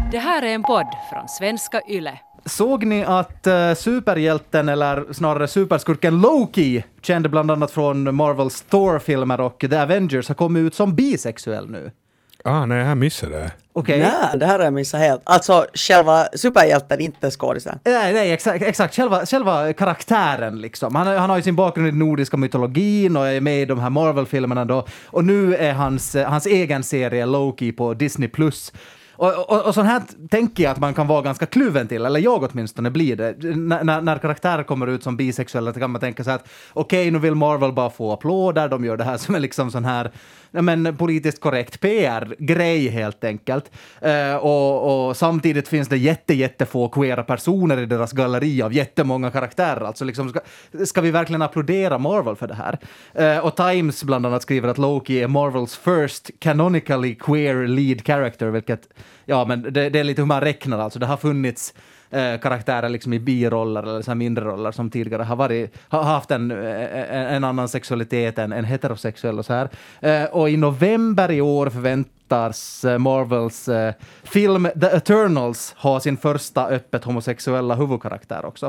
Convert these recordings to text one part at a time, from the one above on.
Det här är en podd från Svenska Yle. Såg ni att superhjälten, eller snarare superskurken Loki, känd bland annat från Marvels Thor-filmer och The Avengers, har kommit ut som bisexuell nu? Nej, jag missade det. Okej. Nej, det här har jag missat helt. Alltså, själva superhjälten, inte skådisen. Nej, exakt. Själva karaktären liksom. Han har ju sin bakgrund i den nordiska mytologin och är med i de här Marvel-filmerna då. Och nu är hans egen serie Loki på Disney+. Och sån här tänker jag att man kan vara ganska kluven till, eller jag åtminstone blir det. När karaktärer kommer ut som bisexuella kan man tänka sig att okej, nu vill Marvel bara få applåder, de gör det här som är liksom sån här politiskt korrekt PR-grej helt enkelt. Och samtidigt finns det jättefå queera personer i deras galleri av jättemånga karaktärer. Alltså liksom, ska vi verkligen applådera Marvel för det här? Och Times bland annat skriver att Loki är Marvels first canonically queer lead character, vilket, ja men det är lite hur man räknar alltså. Det har funnits karaktärer liksom i biroller eller så här mindre roller som tidigare har haft en annan sexualitet än heterosexuell och så här. Och i november i år förväntas Marvels film The Eternals ha sin första öppet homosexuella huvudkaraktär också.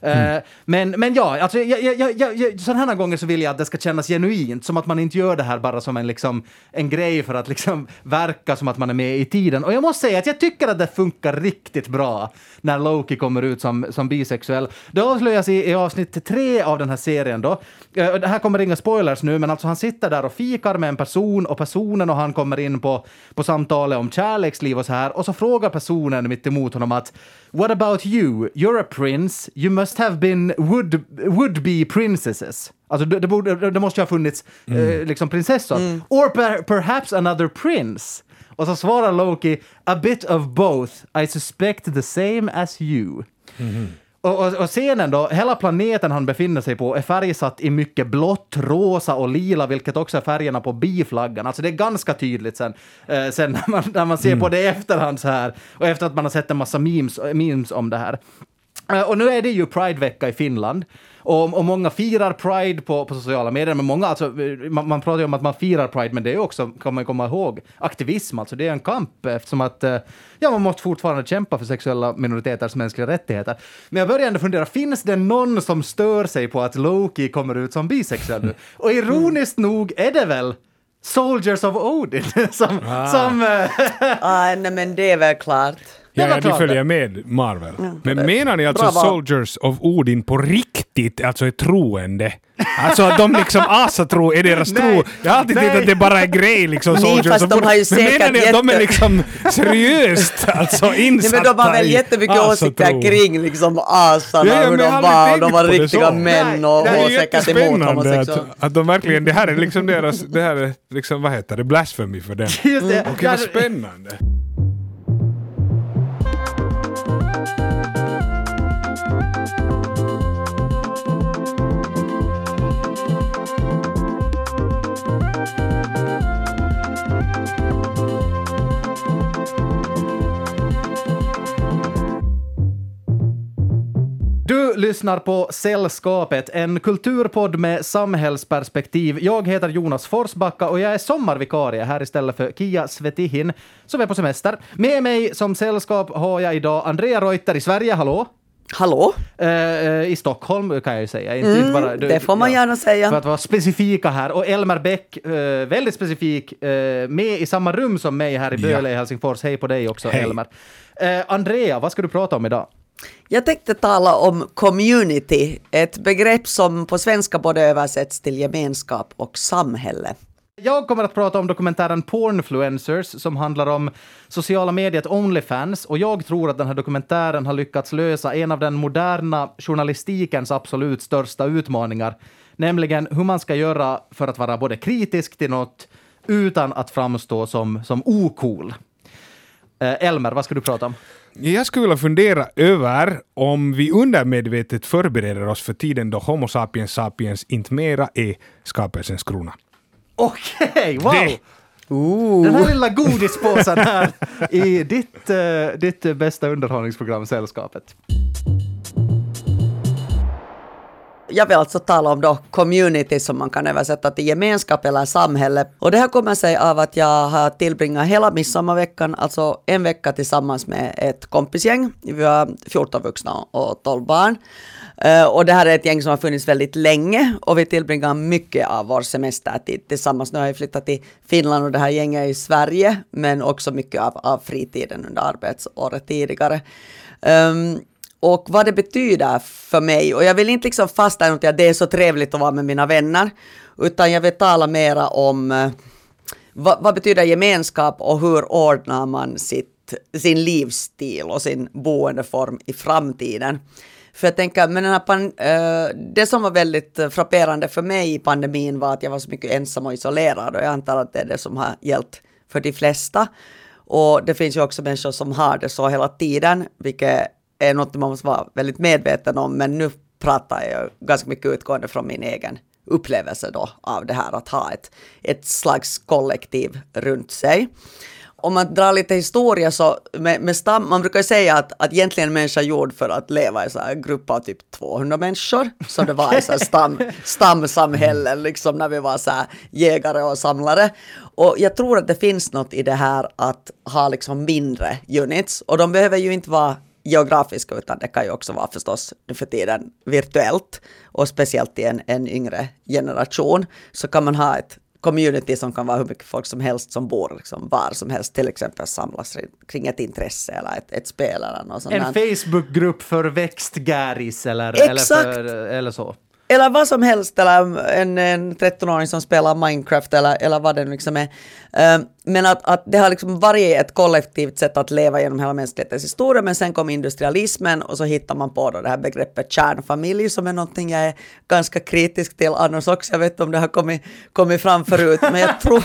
Men ja, alltså, sådana här gånger så vill jag att det ska kännas genuint, som att man inte gör det här bara som en grej för att liksom verka som att man är med i tiden. Och jag måste säga att jag tycker att det funkar riktigt bra när Loki kommer ut som bisexuell. Det avslöjas i avsnitt 3 av den här serien då. Det här kommer inga spoilers nu, men alltså han sitter där och fikar med en person, och personen och han kommer in på samtalet om kärleksliv och så här, och så frågar personen mitt emot honom att what about you? You're a prince. You must have been would be princesses. Alltså det måste ju ha funnits liksom prinsessor. Or perhaps another prince. Och så svarar Loki, a bit of both. I suspect the same as you. Och scenen då, hela planeten han befinner sig på är färgsatt i mycket blått, rosa och lila, vilket också är färgerna på biflaggan. Alltså det är ganska tydligt sen när man ser på det i efterhand så här, och efter att man har sett en massa memes om det här. Och nu är det ju Pride-vecka i Finland. Och många firar Pride på sociala medier, men många, alltså, man pratar ju om att man firar Pride, men det är också, kan man komma ihåg, aktivism, alltså det är en kamp, eftersom att man måste fortfarande kämpa för sexuella minoriteters mänskliga rättigheter. Men jag börjar ändå fundera, finns det någon som stör sig på att Loki kommer ut som bisexuell nu? Och ironiskt nog är det väl Soldiers of Odin som Nej, men det är väl klart. Ja, de följer med Marvel. Men menar ni alltså Soldiers of Odin på riktigt, alltså är troende? Alltså att de liksom asatro är deras tro. Jag har alltid tänkt att det bara är grej liksom. Soldiers of Odin. Men menar ni att de är liksom seriöst alltså insatta? Nej, men de har väl jättemycket åsikter kring liksom asarna, hur de var riktiga män och säkert emot homosexuella. Att de verkligen, det här är liksom deras, det här är liksom, vad heter det, blasphemy för dem. Okej, vad spännande. Du lyssnar på Sällskapet, en kulturpodd med samhällsperspektiv. Jag heter Jonas Forsbacka och jag är sommarvikarie här istället för Kia Svetihin som är på semester. Med mig som sällskap har jag idag Andrea Reuter i Sverige, hallå? Hallå? I Stockholm kan jag ju säga. Inte bara, det får man gärna säga. För att vara specifika här. Och Elmer Bäck, väldigt specifik, med i samma rum som mig här i Böle i Helsingfors. Hej på dig också, hej. Elmer. Andrea, vad ska du prata om idag? Jag tänkte tala om community, ett begrepp som på svenska både översätts till gemenskap och samhälle. Jag kommer att prata om dokumentären Pornfluencers som handlar om sociala mediet OnlyFans, och jag tror att den här dokumentären har lyckats lösa en av den moderna journalistikens absolut största utmaningar, nämligen hur man ska göra för att vara både kritisk till något utan att framstå som ocool. Elmer, vad ska du prata om? Jag skulle vilja fundera över om vi undermedvetet förbereder oss för tiden då Homo sapiens sapiens inte mera är skapelsens krona. Okej, wow! Den här lilla godispåsen här i ditt bästa underhållningsprogram Sällskapet. jag vill alltså tala om då community som man kan översätta till gemenskap eller samhälle. Och det här kommer sig av att jag har tillbringat hela midsommarveckan, alltså en vecka tillsammans med ett kompisgäng. Vi var 14 vuxna och 12 barn. Och det här är ett gäng som har funnits väldigt länge och vi tillbringar mycket av vår semestertid tillsammans. Nu har jag flyttat till Finland och det här gänget är i Sverige, men också mycket av fritiden under arbetsåret tidigare. Och vad det betyder för mig, och jag vill inte liksom fastna något att det är så trevligt att vara med mina vänner, utan jag vill tala mera om vad betyder gemenskap och hur ordnar man sin livsstil och sin boendeform i framtiden. För jag tänker, men den här det som var väldigt frapperande för mig i pandemin var att jag var så mycket ensam och isolerad, och jag antar att det är det som har gällt för de flesta. Och det finns ju också människor som har det så hela tiden, vilket är något man måste vara väldigt medveten om, men nu pratar jag ganska mycket utgående från min egen upplevelse då av det här att ha ett slags kollektiv runt sig. Om man drar lite historia så med stam, man brukar säga att egentligen människa är gjord för att leva i så här grupper av typ 200 människor, som det var i så här stamsamhällen liksom, när vi var så här jägare och samlare. Och jag tror att det finns något i det här att ha liksom mindre units, och de behöver ju inte vara geografiska, utan det kan ju också vara förstås nu för tiden virtuellt, och speciellt i en yngre generation så kan man ha ett community som kan vara hur mycket folk som helst som bor liksom var som helst, till exempel samlas kring ett intresse eller ett spel eller något sånt. En Facebookgrupp för växtgäris eller så. Eller vad som helst, eller en 13-åring som spelar Minecraft eller vad det liksom är. Men att det har liksom varit ett kollektivt sätt att leva genom hela mänsklighetens historia, men sen kom industrialismen och så hittar man på då det här begreppet kärnfamilj som är någonting jag är ganska kritisk till annars också. Jag vet inte om det har kommit fram förut, men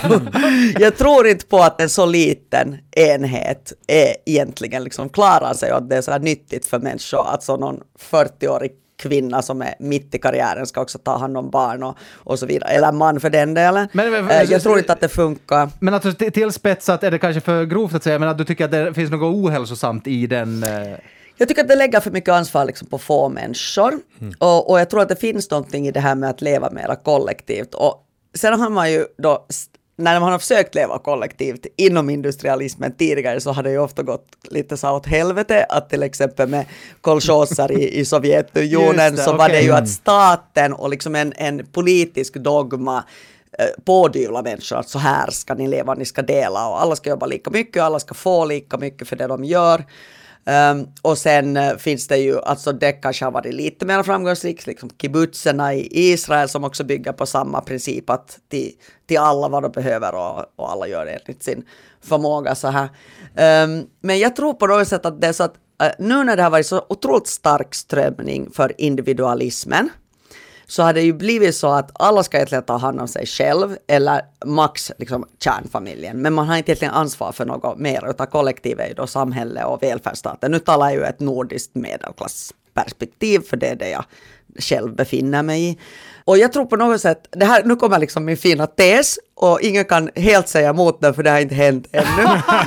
jag tror inte på att en så liten enhet är egentligen liksom klarar sig och att det är så här nyttigt för människor att så någon 40-årig kvinna som är mitt i karriären ska också ta hand om barn och så vidare. Eller man för den delen. Jag tror inte att det funkar. Men att tillspetsat är det kanske för grovt att säga, men att du tycker att det finns något ohälsosamt i den... Jag tycker att det lägger för mycket ansvar liksom på få människor. Och jag tror att det finns någonting i det här med att leva mera kollektivt. Och sen har man ju då... När man har försökt leva kollektivt inom industrialismen tidigare så har det ju ofta gått lite så åt helvete, att till exempel med kolchoser i Sovjetunionen så var det ju att staten och liksom en politisk dogma pådyvla människor att så här ska ni leva, ni ska dela och alla ska jobba lika mycket, alla ska få lika mycket för det de gör. Och sen finns det ju, alltså det kanske har varit lite mer framgångsrikt, liksom kibbutzerna i Israel som också bygger på samma princip att till alla vad de behöver och alla gör det enligt sin förmåga så här. Men jag tror på något sätt att det är så att nu när det har varit så otroligt stark strömning för individualismen så har det ju blivit så att alla ska egentligen ta hand om sig själv eller max liksom kärnfamiljen. Men man har inte egentligen ansvar för något mer, utan kollektivet är ju då samhälle och välfärdsstaten. Nu talar jag ju ett nordiskt medelklassperspektiv, för det är det jag själv befinner mig i. Och jag tror på något sätt, det här, nu kommer liksom min fina tes och ingen kan helt säga emot den för det har inte hänt ännu.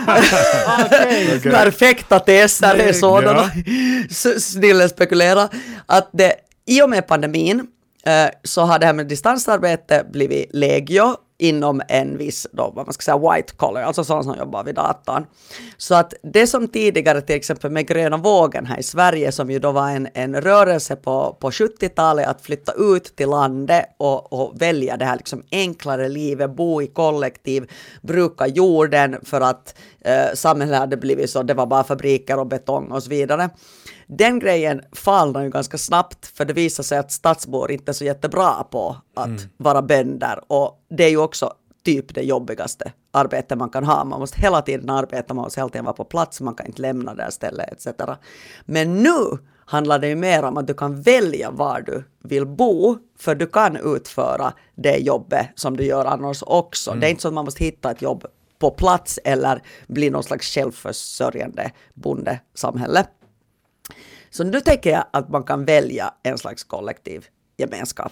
Okay. Perfekta teser är sådana. Snille spekulera. Att det, i och med pandemin så har det här med distansarbete blivit legio inom en viss, då, vad man ska säga, white collar, alltså sådana som jobbar vid datorn. Så att det som tidigare till exempel med gröna vågen här i Sverige, som ju då var en rörelse på 70-talet att flytta ut till landet och välja det här liksom enklare livet, bo i kollektiv, bruka jorden för att samhället hade blivit så, det var bara fabriker och betong och så vidare. Den grejen falnar ju ganska snabbt, för det visar sig att stadsbor inte är så jättebra på att vara bönder, och det är ju också typ det jobbigaste arbete man kan ha. Man måste hela tiden arbeta, man måste hela tiden vara på plats, man kan inte lämna det här stället etc. Men nu handlar det ju mer om att du kan välja var du vill bo, för du kan utföra det jobbet som du gör annars också. Det är inte så att man måste hitta ett jobb på plats eller bli någon slags självförsörjande bondesamhälle. Så nu tänker jag att man kan välja en slags kollektiv gemenskap.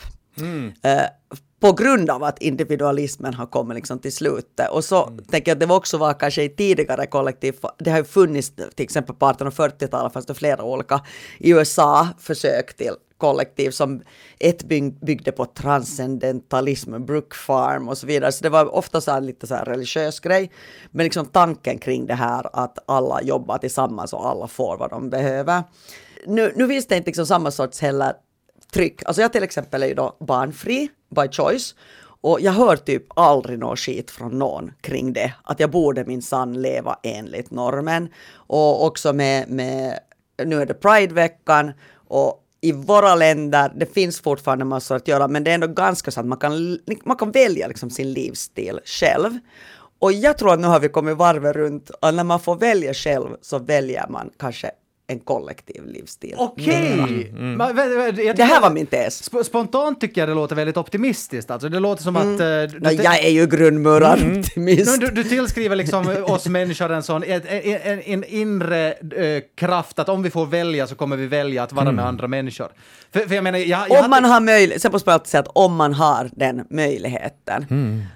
På grund av att individualismen har kommit liksom till slutet. Och så tänker jag att det också var kanske i tidigare kollektiv. Det har ju funnits till exempel på 1840-talet fanns det flera olika i USA försök till kollektiv som ett byggde på transcendentalism, Brook Farm och så vidare. Så det var ofta så här, lite så här religiös grej. Men liksom tanken kring det här att alla jobbar tillsammans och alla får vad de behöver. Nu finns det inte liksom samma sorts heller tryck. Alltså jag till exempel är ju då barnfri by choice. Och jag hör typ aldrig något skit från någon kring det. Att jag borde minsann leva enligt normen. Och också med nu är det Pride-veckan och i våra länder, det finns fortfarande massor att göra, men det är ändå ganska så att man kan välja liksom sin livsstil själv. Och jag tror att nu har vi kommit varvet runt, och när man får välja själv så väljer man kanske en kollektiv livsstil. Okej! Det här var min tes. Spontant tycker jag det låter väldigt optimistiskt. Alltså, det låter som att... jag är ju grundmurad optimist. Du tillskriver liksom oss människor en sån en inre kraft att om vi får välja så kommer vi välja att vara med andra människor. För jag menar... Om man har möjlighet, sen på spelet säga att om man har den möjligheten.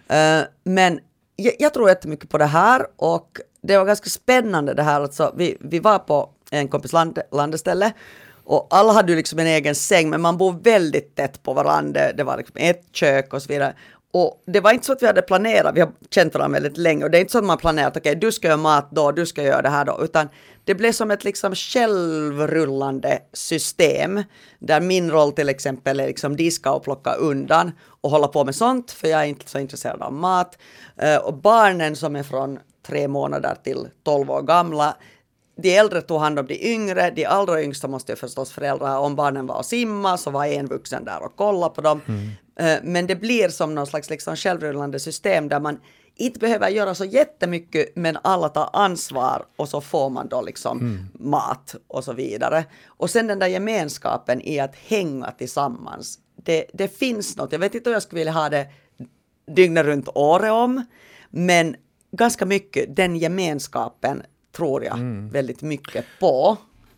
Men jag tror jättemycket på det här, och det var ganska spännande det här. Alltså, vi var på en kompis landeställe och alla hade ju liksom en egen säng, men man bor väldigt tätt på varandra. Det var liksom ett kök och så vidare. Och det var inte så att vi hade planerat, vi har känt varandra väldigt länge, och det är inte så att man planerat, okej, du ska göra mat då, du ska göra det här då, utan det blev som ett liksom självrullande system där min roll till exempel är liksom diska och plocka undan och hålla på med sånt, för jag är inte så intresserad av mat. Och barnen som är från 3 månader till 12 år gamla, de äldre tog hand om de yngre, de allra yngsta måste ju förstås föräldrar, om barnen var och simma så var en vuxen där och kollade på dem. Men det blir som någon slags liksom självrullande system där man inte behöver göra så jättemycket, men alla tar ansvar och så får man då liksom mat och så vidare. Och sen den där gemenskapen i att hänga tillsammans, det finns något, jag vet inte om jag skulle vilja ha det dygnet runt året om, men ganska mycket den gemenskapen tror jag väldigt mycket på.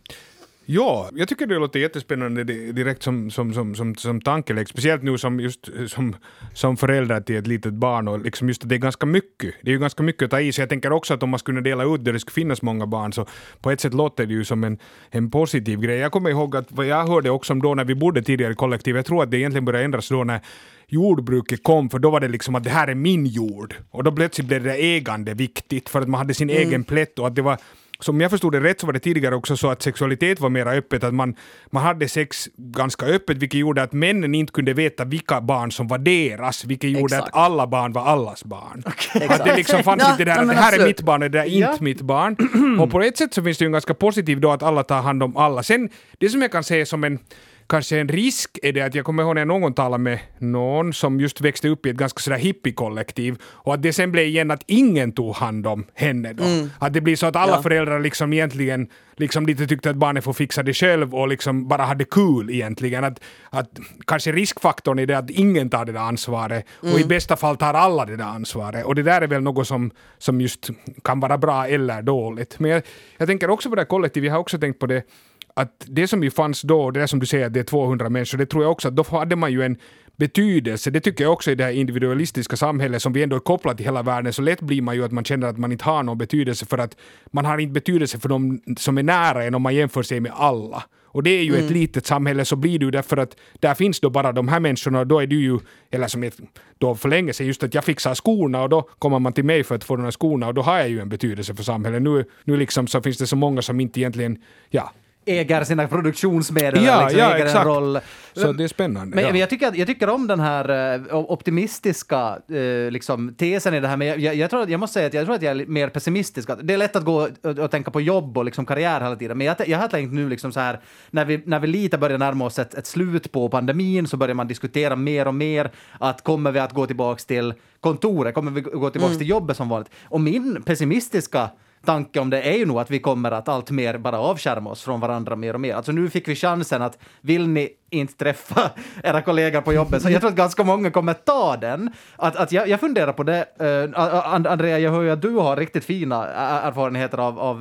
Ja, jag tycker det låter jättespännande direkt som tankelek, speciellt nu som förälder till ett litet barn, och liksom just att det är ganska mycket. Det är ju ganska mycket att ta i, så jag tänker också att om man skulle dela ut det skulle finnas många barn, så på ett sätt låter det ju som en positiv grej. Jag kommer ihåg att vad jag hörde också om då när vi bodde tidigare i kollektiv, jag tror att det egentligen började ändras då när jordbruket kom, för då var det liksom att det här är min jord, och då plötsligt blev det ägande viktigt för att man hade sin egen plätt, och att det var, som jag förstod det rätt så var det tidigare också så att sexualitet var mer öppet, att man hade sex ganska öppet, vilket gjorde att männen inte kunde veta vilka barn som var deras, vilket gjorde att alla barn var allas barn. Okay. Att det liksom fanns inte det där, det här är mitt barn och det där är inte mitt barn. Och på ett sätt så finns det ju en ganska positiv då att alla tar hand om alla. Sen, det som jag kan säga som kanske en risk är det att jag kommer ihåg när någon talade med någon som just växte upp i ett ganska sådär hippie-kollektiv, och att det sen blev igen att ingen tog hand om henne då. Att det blir så att alla föräldrar liksom egentligen liksom lite tyckte att barnet får fixa det själv och liksom bara hade kul egentligen. Att kanske riskfaktorn är det att ingen tar det där ansvaret, och i bästa fall tar alla det där ansvaret. Och det där är väl något som just kan vara bra eller dåligt. Men jag tänker också på det här kollektivet, jag har också tänkt på det, att det som ju fanns då, det där som du säger att det är 200 människor, det tror jag också att då hade man ju en betydelse. Det tycker jag också i det här individualistiska samhället som vi ändå är kopplat till hela världen, så lätt blir man ju att man känner att man inte har någon betydelse, för att man har inte betydelse för de som är nära en om man jämför sig med alla. Och det är ju ett litet samhälle, så blir det ju därför att där finns då bara de här människorna, och då är du ju, eller som då för länge sedan just att jag fixar skorna, och då kommer man till mig för att få de här skorna, och då har jag ju en betydelse för samhället. Nu liksom så finns det så många som inte egentligen, äger sina produktionsmedel, äger exakt. En roll. Så det är spännande. Men jag tycker om den här optimistiska liksom, tesen i det här, men jag måste säga att jag tror att jag är mer pessimistisk. Det är lätt att gå och tänka på jobb och liksom karriär hela tiden, men jag har tänkt nu liksom så här, när vi lite börjar närma oss ett slut på pandemin, så börjar man diskutera mer och mer att kommer vi att gå tillbaka till kontoret, kommer vi gå tillbaka till jobbet som vanligt. Och min pessimistiska tanke om det är ju nog att vi kommer att allt mer bara avskärma oss från varandra mer och mer. Alltså nu fick vi chansen att vill ni inte träffa era kollegor på jobbet, så jag tror att ganska många kommer ta den. Att jag funderar på det. Andrea, jag hör ju att du har riktigt fina erfarenheter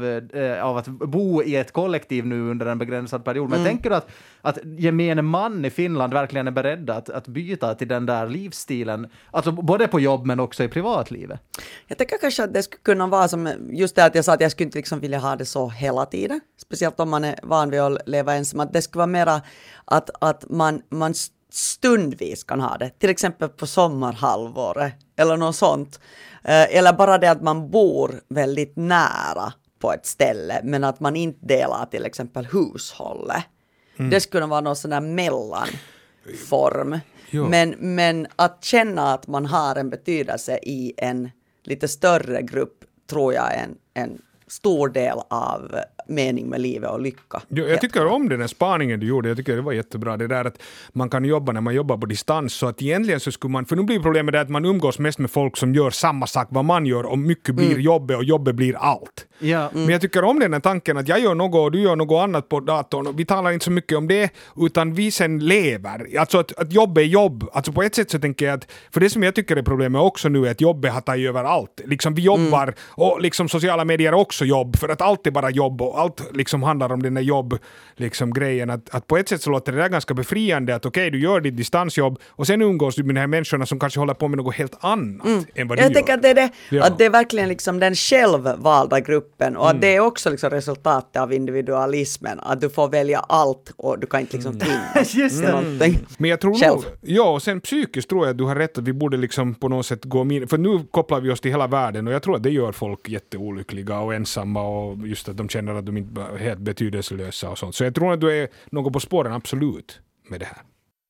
av att bo i ett kollektiv nu under en begränsad period. Men tänker du att gemene man i Finland verkligen är beredd att byta till den där livsstilen? Alltså både på jobb men också i privatlivet. Jag tänker kanske att det skulle kunna vara som just det att jag sa att jag skulle inte liksom vilja ha det så hela tiden. Speciellt om man är van vid att leva ensam. Att det skulle vara mera att att man stundvis kan ha det. Till exempel på sommarhalvåret eller något sånt. Eller bara det att man bor väldigt nära på ett ställe men att man inte delar till exempel hushållet. Det skulle vara någon sån där mellanform. Men att känna att man har en betydelse i en lite större grupp tror jag är en stor del av mening med livet och lycka. Jag tycker om den här spaningen du gjorde. Jag tycker det var jättebra. Det där att man kan jobba när man jobbar på distans. Så att egentligen så skulle man... För nu blir problemet det att man umgås mest med folk som gör samma sak vad man gör och mycket blir jobbet och jobbet blir allt. Ja. Men jag tycker om den här tanken att jag gör något och du gör något annat på datorn och vi talar inte så mycket om det utan vi sen lever. Alltså att jobb är jobb. Alltså på ett sätt så tänker jag att för det som jag tycker är problemet också nu är att jobbet har tagit över allt. Liksom vi jobbar och liksom sociala medier också jobb för att allt är bara jobb och allt liksom handlar om den här jobb liksom grejen att på ett sätt så låter det där ganska befriande att okej, du gör ditt distansjobb och sen umgås du med de här människorna som kanske håller på med något helt annat än vad du jag gör. tänker att att det är verkligen liksom den självvalda gruppen och att det är också liksom resultatet av individualismen att du får välja allt och du kan inte liksom tvingas någonting. Men jag tror själv. nog, ja, och sen psykiskt tror jag att du har rätt att vi borde liksom på något sätt gå för nu kopplar vi oss till hela världen och jag tror att det gör folk jätteolyckliga och ensamma och just att de känner att de inte är helt betydelselösa och sånt. Så jag tror att du är något på spåren absolut med det här.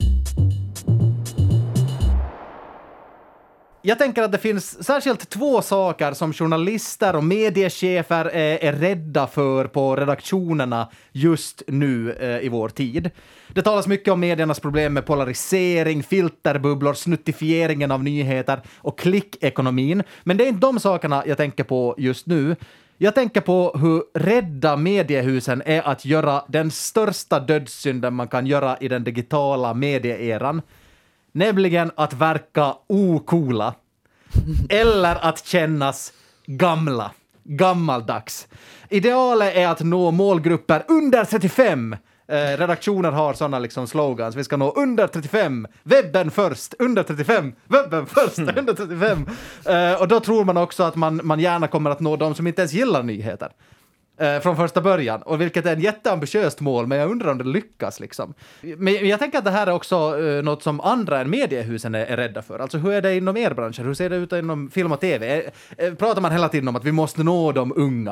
Jag tänker att det finns särskilt 2 saker som journalister och mediechefer är rädda för på redaktionerna just nu i vår tid. Det talas mycket om mediernas problem med polarisering, filterbubblor, snuttifieringen av nyheter och klickekonomin. Men det är inte de sakerna jag tänker på just nu. Jag tänker på hur rädda mediehusen är att göra den största dödssynden man kan göra i den digitala medieeran. Nämligen att verka ocoola. Eller att kännas gammaldags. Idealet är att nå målgrupper under 35. Redaktioner har sådana liksom slogans. Vi ska nå under 35. Webben först. Under 35. Webben först. Under 35. Och då tror man också att man gärna kommer att nå de som inte ens gillar nyheter. Från första början. Och vilket är en jätteambitiöst mål, men jag undrar om det lyckas liksom. Men jag tänker att det här är också något som andra än mediehusen är rädda för. Alltså hur är det inom er branscher? Hur ser det ut inom film och tv? Pratar man hela tiden om att vi måste nå de unga?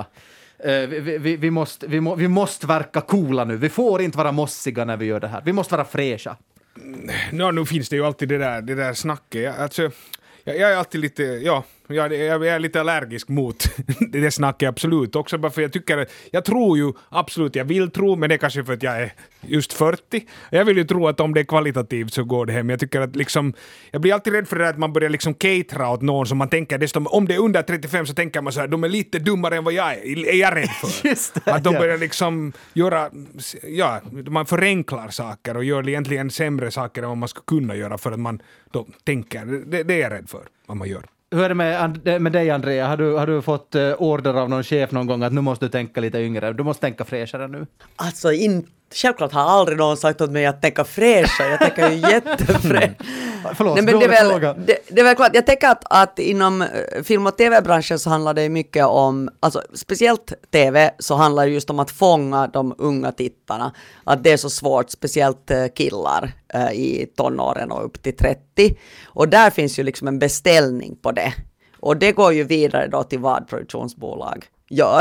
Vi måste verka coola nu. Vi får inte vara mossiga när vi gör det här. Vi måste vara fräscha. Nu finns det ju alltid det där snacket. Jag är alltid lite, jag är lite allergisk mot det snacket absolut. Också bara för jag tror ju absolut, jag vill tro, men det är kanske för att jag är just 40. Jag vill ju tro att om det är kvalitativt så går det hem. Jag tycker att liksom, jag blir alltid rädd för det att man börjar liksom catera åt någon som man tänker, desto, om det är under 35 så tänker man så här, de är lite dummare än vad jag är jag rädd för. Just det, att de börjar liksom göra, man förenklar saker och gör egentligen sämre saker än vad man ska kunna göra för att man då tänker, det är jag rädd för vad man gör. Hur är det med dig, Andrea? Har du fått order av någon chef någon gång att nu måste du tänka lite yngre? Du måste tänka fräschare nu. Alltså självklart har aldrig någon sagt åt mig att tänka fräscha. Jag tänker ju jättefräsch. Förlåt, nej, men det är väl klart. Jag tänker att inom film- och tv-branschen så handlar det mycket om, alltså speciellt tv så handlar det just om att fånga de unga tittarna. Att det är så svårt, speciellt killar i tonåren och upp till 30. Och där finns ju liksom en beställning på det. Och det går ju vidare då till vad produktionsbolag gör.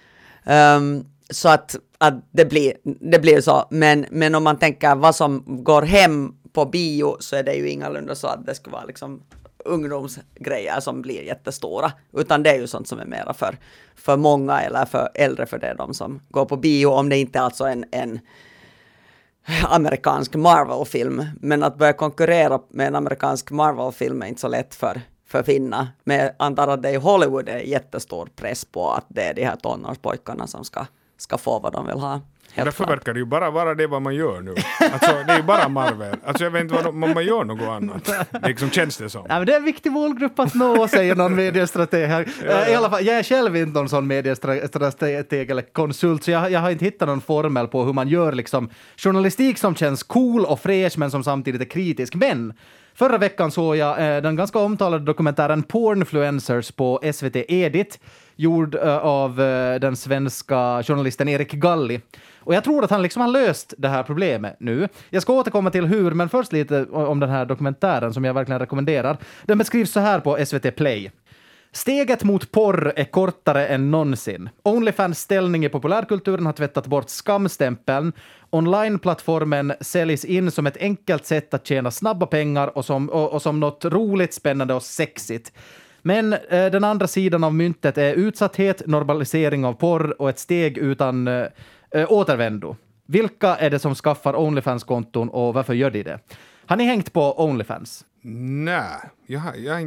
Så att det blir så. Men om man tänker vad som går hem på bio så är det ju ingalunda så att det ska vara liksom ungdomsgrejer som blir jättestora. Utan det är ju sånt som är mera för många eller för äldre för det de som går på bio. Om det inte är alltså en amerikansk Marvel-film. Men att börja konkurrera med en amerikansk Marvel-film är inte så lätt för finna. Men jag antar att det i Hollywood är jättestor press på att det är de här tonårspojkarna som ska få vad de vill ha. Därför verkar det ju bara vara det vad man gör nu. Alltså det är ju bara Marvel. Alltså jag vet inte om man gör något annat. Det liksom känns det som. Ja, men det är en viktig målgrupp att nå, säger någon mediestrateg här. I alla fall, jag är själv inte någon sån mediestrateg eller konsult, så jag har inte hittat någon formel på hur man gör liksom journalistik som känns cool och fräsch men som samtidigt är kritisk. Men förra veckan såg jag den ganska omtalade dokumentären Pornfluencers på SVT Edit. gjord av den svenska journalisten Erik Galli. Och jag tror att han liksom har löst det här problemet nu. Jag ska återkomma till hur, men först lite om den här dokumentären som jag verkligen rekommenderar. Den beskrivs så här på SVT Play. Steget mot porr är kortare än någonsin. Onlyfans ställning i populärkulturen har tvättat bort skamstämpeln. Online-plattformen säljs in som ett enkelt sätt att tjäna snabba pengar och som något roligt, spännande och sexigt. Men den andra sidan av myntet är utsatthet, normalisering av porr och ett steg utan återvändo. Vilka är det som skaffar Onlyfans-konton och varför gör de det? Har ni hängt på Onlyfans? Nej, jag har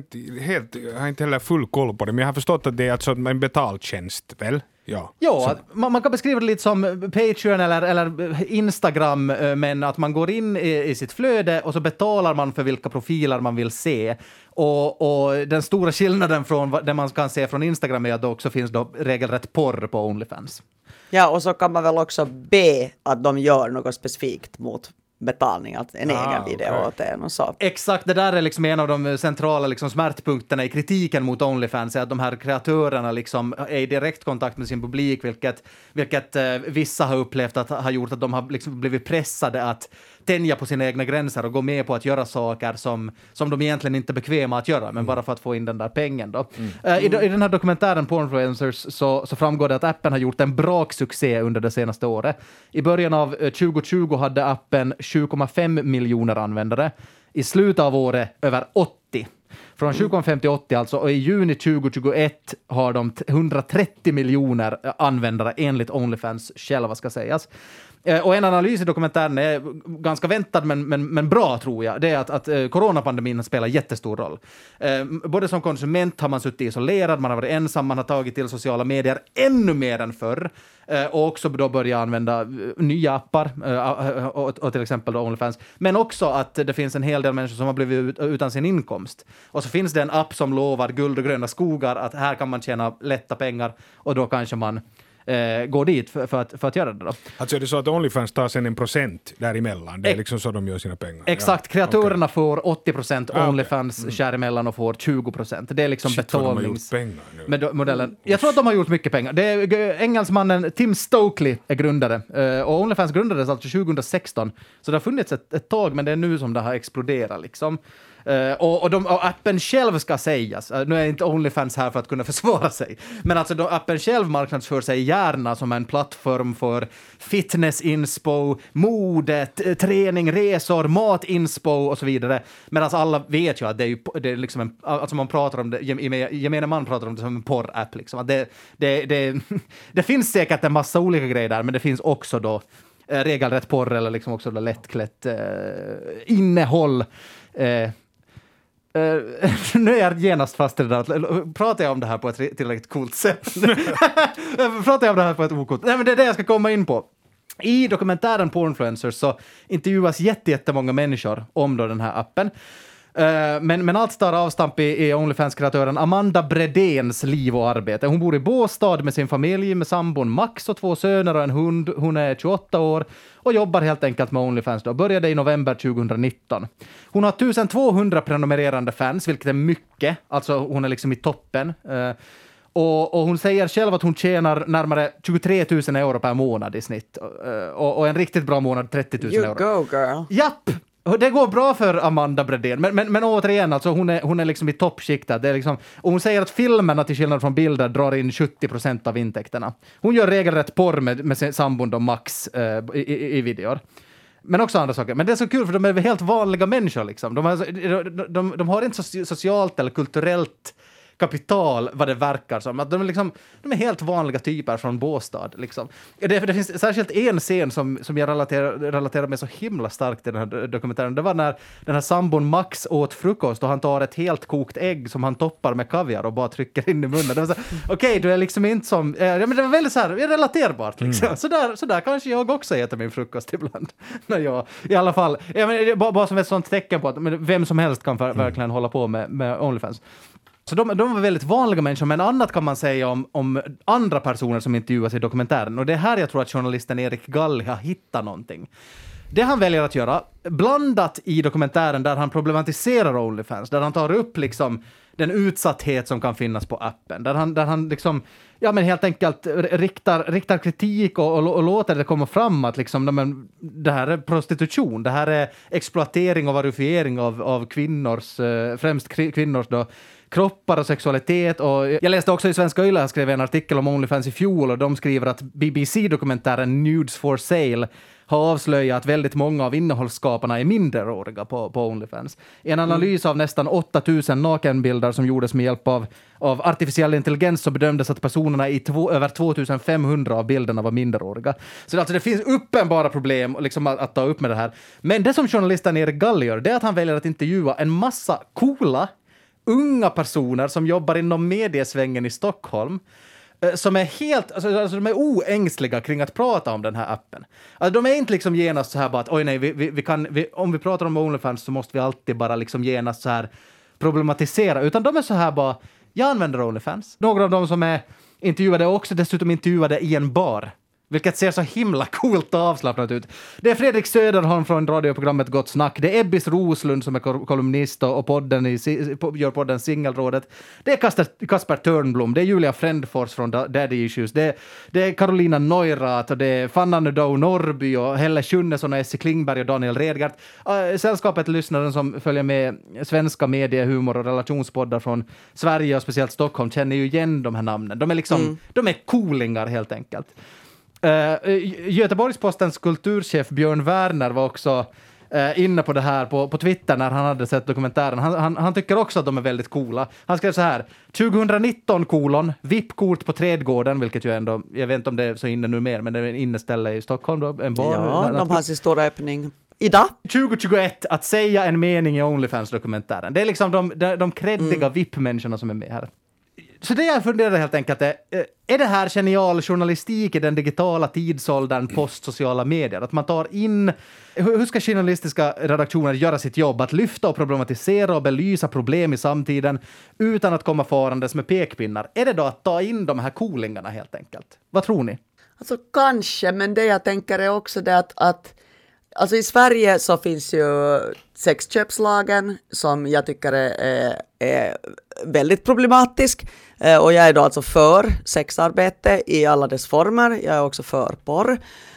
inte heller full koll på det, men jag har förstått att det är alltså en betaltjänst, väl? Ja, man kan beskriva det lite som Patreon eller Instagram, men att man går in i sitt flöde och så betalar man för vilka profiler man vill se. Och den stora skillnaden från det man kan se från Instagram är att det också finns då regelrätt porr på Onlyfans. Ja, och så kan man väl också be att de gör något specifikt mot betalning, att en egen video åt en och så. Exakt, det där är liksom en av de centrala liksom smärtpunkterna i kritiken mot Onlyfans, är att de här kreatörerna liksom är i direkt kontakt med sin publik, vilket vissa har upplevt att har gjort att de har liksom blivit pressade att tänja på sina egna gränser och gå med på att göra saker som de egentligen inte är bekväma att göra, men bara för att få in den där pengen då. I den här dokumentären Pornfluencers så framgår det att appen har gjort en braksuccé under det senaste året. I början av 2020 hade appen 7,5 miljoner användare. I slutet av året över 80. Från 2005 till 80 alltså, och i juni 2021 har de 130 miljoner användare enligt Onlyfans själva, ska sägas. Och en analys i dokumentären är ganska väntad men bra, tror jag. Det är att coronapandemin spelar jättestor roll. Både som konsument har man suttit isolerad, man har varit ensam, man har tagit till sociala medier ännu mer än förr. Och också då börja använda nya appar och till exempel Onlyfans. Men också att det finns en hel del människor som har blivit utan sin inkomst. Och så finns det en app som lovar guld och gröna skogar, att här kan man tjäna lätta pengar, och då kanske man går dit för att göra det då. Alltså är det så att Onlyfans tar sen 1% däremellan? Det är liksom så de gör sina pengar? Exakt, kreatörerna får 80%, Onlyfans skär emellan och får 20%. Det är liksom betalningsmodellen. Jag tror att de har gjort mycket pengar. Det är engelsmannen Tim Stokely är grundare. Och Onlyfans grundades alltså 2016. Så det har funnits ett tag, men det är nu som det har exploderat liksom. Och appen själv ska sägas. Nu är inte Onlyfans här för att kunna försvara sig. Men alltså appen själv marknadsför sig gärna som en plattform för fitness-inspo, modet, träning, resor, mat-inspo och så vidare. Men alltså alla vet ju att det är liksom alltså man pratar om det, gemene man pratar om det som en porr-app liksom. Att det finns säkert en massa olika grejer där, men det finns också då regelrätt porr eller liksom också lättklätt innehåll. Nu är jag genast fast i det där. Pratar jag om det här på ett tillräckligt coolt sätt? Pratar jag om det här på ett ocoolt? Nej, men det är det jag ska komma in på. I dokumentären Pornfluencers så intervjuas jättemånga människor om då den här appen. Men allt tar avstamp i Onlyfans-kreatören Amanda Bredéns liv och arbete. Hon bor i Båstad med sin familj, med sambon Max och 2 söner och en hund. Hon är 28 år och jobbar helt enkelt med Onlyfans då. Började i november 2019. Hon har 1200 prenumererande fans, vilket är mycket. Alltså hon är liksom i toppen. Och hon säger själv att hon tjänar närmare 23 000 euro per månad i snitt. Och en riktigt bra månad 30 000 euro. You go, girl. Japp! Det går bra för Amanda Bredén, men återigen, alltså hon är liksom i toppskiktet. Det är liksom, och hon säger att filmerna till skillnad från bilder drar in 70% av intäkterna. Hon gör regelrätt porr med sin sambon och Max i videor. Men också andra saker. Men det är så kul för de är helt vanliga människor liksom. De har inte socialt eller kulturellt kapital vad det verkar som. Att de är helt vanliga typer från Båstad. Liksom. Det finns särskilt en scen som jag relaterar med så himla starkt i den här dokumentären. Det var när den här sambon Max åt frukost och han tar ett helt kokt ägg som han toppar med kaviar och bara trycker in i munnen. Det var så okej, du är liksom inte som... men det var väldigt så här, relaterbart. Liksom. Så där kanske jag också äter min frukost ibland. I alla fall, bara som ett sånt tecken på att vem som helst kan verkligen hålla på med Onlyfans. Så de var väldigt vanliga människor, men annat kan man säga om andra personer som intervjuas i dokumentären. Och det är här jag tror att journalisten Erik Galli har hittat någonting. Det han väljer att göra, blandat i dokumentären där han problematiserar Onlyfans, där han tar upp liksom den utsatthet som kan finnas på appen. Där han liksom, ja men helt enkelt riktar kritik och låter det komma fram att liksom, men, det här är prostitution, det här är exploatering och varifiering av kvinnors, främst kvinnors då, kroppar och sexualitet. Och jag läste också i Svenska Yle, jag skrev en artikel om OnlyFans i fjol och de skriver att BBC-dokumentären Nudes for Sale har avslöjat att väldigt många av innehållsskaparna är minderåriga på OnlyFans. I en analys av nästan 8000 nakenbilder som gjordes med hjälp av artificiell intelligens så bedömdes att personerna i över 2500 av bilderna var minderåriga. Så alltså, det finns uppenbara problem liksom, att ta upp med det här. Men det som journalisten Erik Gall gör, det är att han väljer att intervjua en massa coola unga personer som jobbar inom mediesvängen i Stockholm som är helt, alltså de är oängsliga kring att prata om den här appen. Alltså de är inte liksom genast så här bara att oj nej, om vi pratar om OnlyFans så måste vi alltid bara liksom genast så här problematisera, utan de är så här bara, jag använder OnlyFans. Några av dem som är intervjuade också dessutom intervjuade i en bar. Vilket ser så himla coolt och avslappnat ut. Det är Fredrik Söderholm från radioprogrammet Gott Snack. Det är Ebbis Roslund som är kolumnist och gör podden Singelrådet. Det är Kasper Törnblom. Det är Julia Frändfors från Daddy Issues. Det är Carolina Neurath och det är Fanna Nudou Norby och Helle Schunnesson och Essie Klingberg och Daniel Redgert. Sällskapet lyssnaren som följer med svenska medie-, humor- och relationspoddar från Sverige och speciellt Stockholm känner ju igen de här namnen. De är liksom, de är coolingar helt enkelt. Göteborgspostens kulturchef Björn Werner var också inne på det här på Twitter när han hade sett dokumentären. Han tycker också att de är väldigt coola. Han skrev så här: 2019 VIP-kort på Trädgården, vilket ju ändå, jag vet inte om det är så inne nu mer, men det är en inneställe i Stockholm då, en bar. Ja, de har sin stora öppning idag. 2021, att säga en mening i OnlyFans-dokumentären. Det är liksom de kreddiga VIP-människorna som är med här. Så det jag funderar helt enkelt är det här genial journalistik i den digitala tidsåldern post sociala medier? Att man tar in, hur ska journalistiska redaktioner göra sitt jobb? Att lyfta och problematisera och belysa problem i samtiden utan att komma farandes med pekpinnar. Är det då att ta in de här coolingarna helt enkelt? Vad tror ni? Alltså kanske, men det jag tänker är också det att alltså i Sverige så finns ju sexköpslagen som jag tycker är väldigt problematisk. Och jag är då alltså för sexarbete i alla dess former. Jag är också för porr.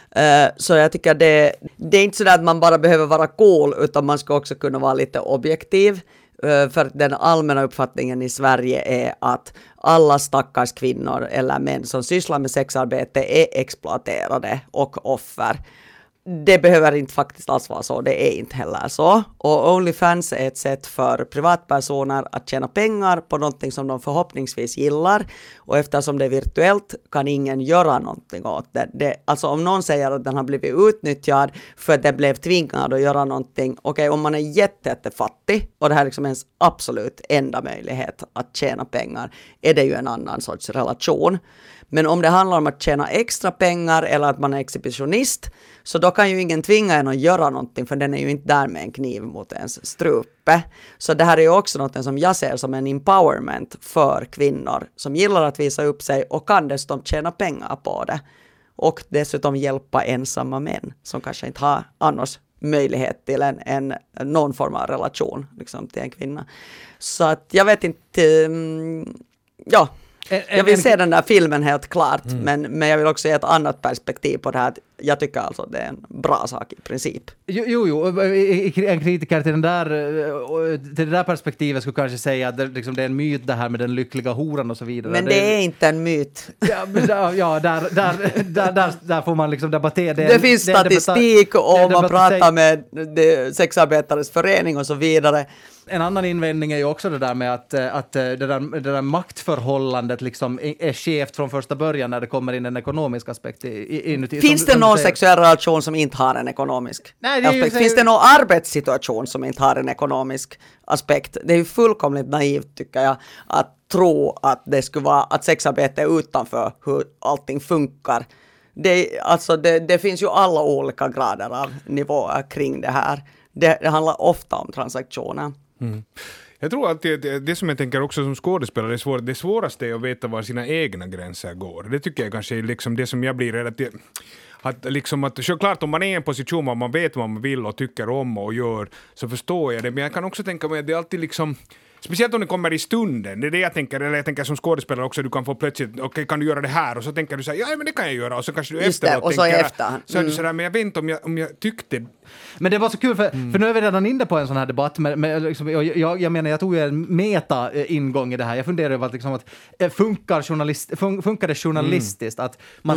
Så jag tycker det är inte så att man bara behöver vara cool, utan man ska också kunna vara lite objektiv. För den allmänna uppfattningen i Sverige är att alla stackars kvinnor eller män som sysslar med sexarbete är exploaterade och offer. Det behöver inte faktiskt alls vara så, det är inte heller så. Och OnlyFans är ett sätt för privatpersoner att tjäna pengar på någonting som de förhoppningsvis gillar. Och eftersom det är virtuellt kan ingen göra någonting åt det. Alltså om någon säger att den har blivit utnyttjad för att den blev tvingad att göra någonting. Okej, om man är jättefattig och det här är liksom ens absolut enda möjlighet att tjäna pengar, är det ju en annan sorts relation. Men om det handlar om att tjäna extra pengar eller att man är exhibitionist, så då kan ju ingen tvinga en att göra någonting, för den är ju inte där med en kniv mot ens strupe. Så det här är ju också något som jag ser som en empowerment för kvinnor som gillar att visa upp sig och kan dessutom tjäna pengar på det. Och dessutom hjälpa ensamma män som kanske inte har annars möjlighet till någon form av relation liksom, till en kvinna. Så att jag vet inte, ja. Jag vill se den där filmen helt klart, men jag vill också ge ett annat perspektiv på det här. Jag tycker alltså att det är en bra sak i princip. Jo, en kritiker till det där perspektivet skulle kanske säga att det är en myt det här med den lyckliga horan och så vidare. Men det är inte en myt. Där får man liksom debattera. Det finns statistik och man pratar med sexarbetares förening och så vidare. En annan invändning är ju också det där med att det där maktförhållandet liksom är skevt från första början när det kommer in en ekonomisk aspekt inuti. Finns det någon sexuell relation som inte har en ekonomisk aspekt? Finns det någon arbetssituation som inte har en ekonomisk aspekt? Det är ju fullkomligt naivt tycker jag att tro att det skulle vara att sexarbete är utanför hur allting funkar. Det finns ju alla olika grader av nivåer kring det här. Det handlar ofta om transaktioner. Jag tror att det som jag tänker också som skådespelare det svåraste är att veta var sina egna gränser går. Det tycker jag kanske är liksom det som jag blir rädd att såklart om man är i en position där man vet vad man vill och tycker om och gör, så förstår jag det. Men jag kan också tänka mig att det är alltid liksom Speciellt om det kommer i stunden. Det är det jag tänker, eller jag tänker som skådespelare också, du kan få plötsligt, okej, kan du göra det här? Och så tänker du så här, ja men det kan jag göra. Och så kanske du efteråt och så tänker, så är du sådär, men jag vet inte om jag tyckte. Men det var så kul, för nu är vi redan inne på en sån här debatt, men liksom, jag menar, jag tog ju en meta-ingång i det här. Jag funderar över att, liksom, att funkar det journalistiskt att man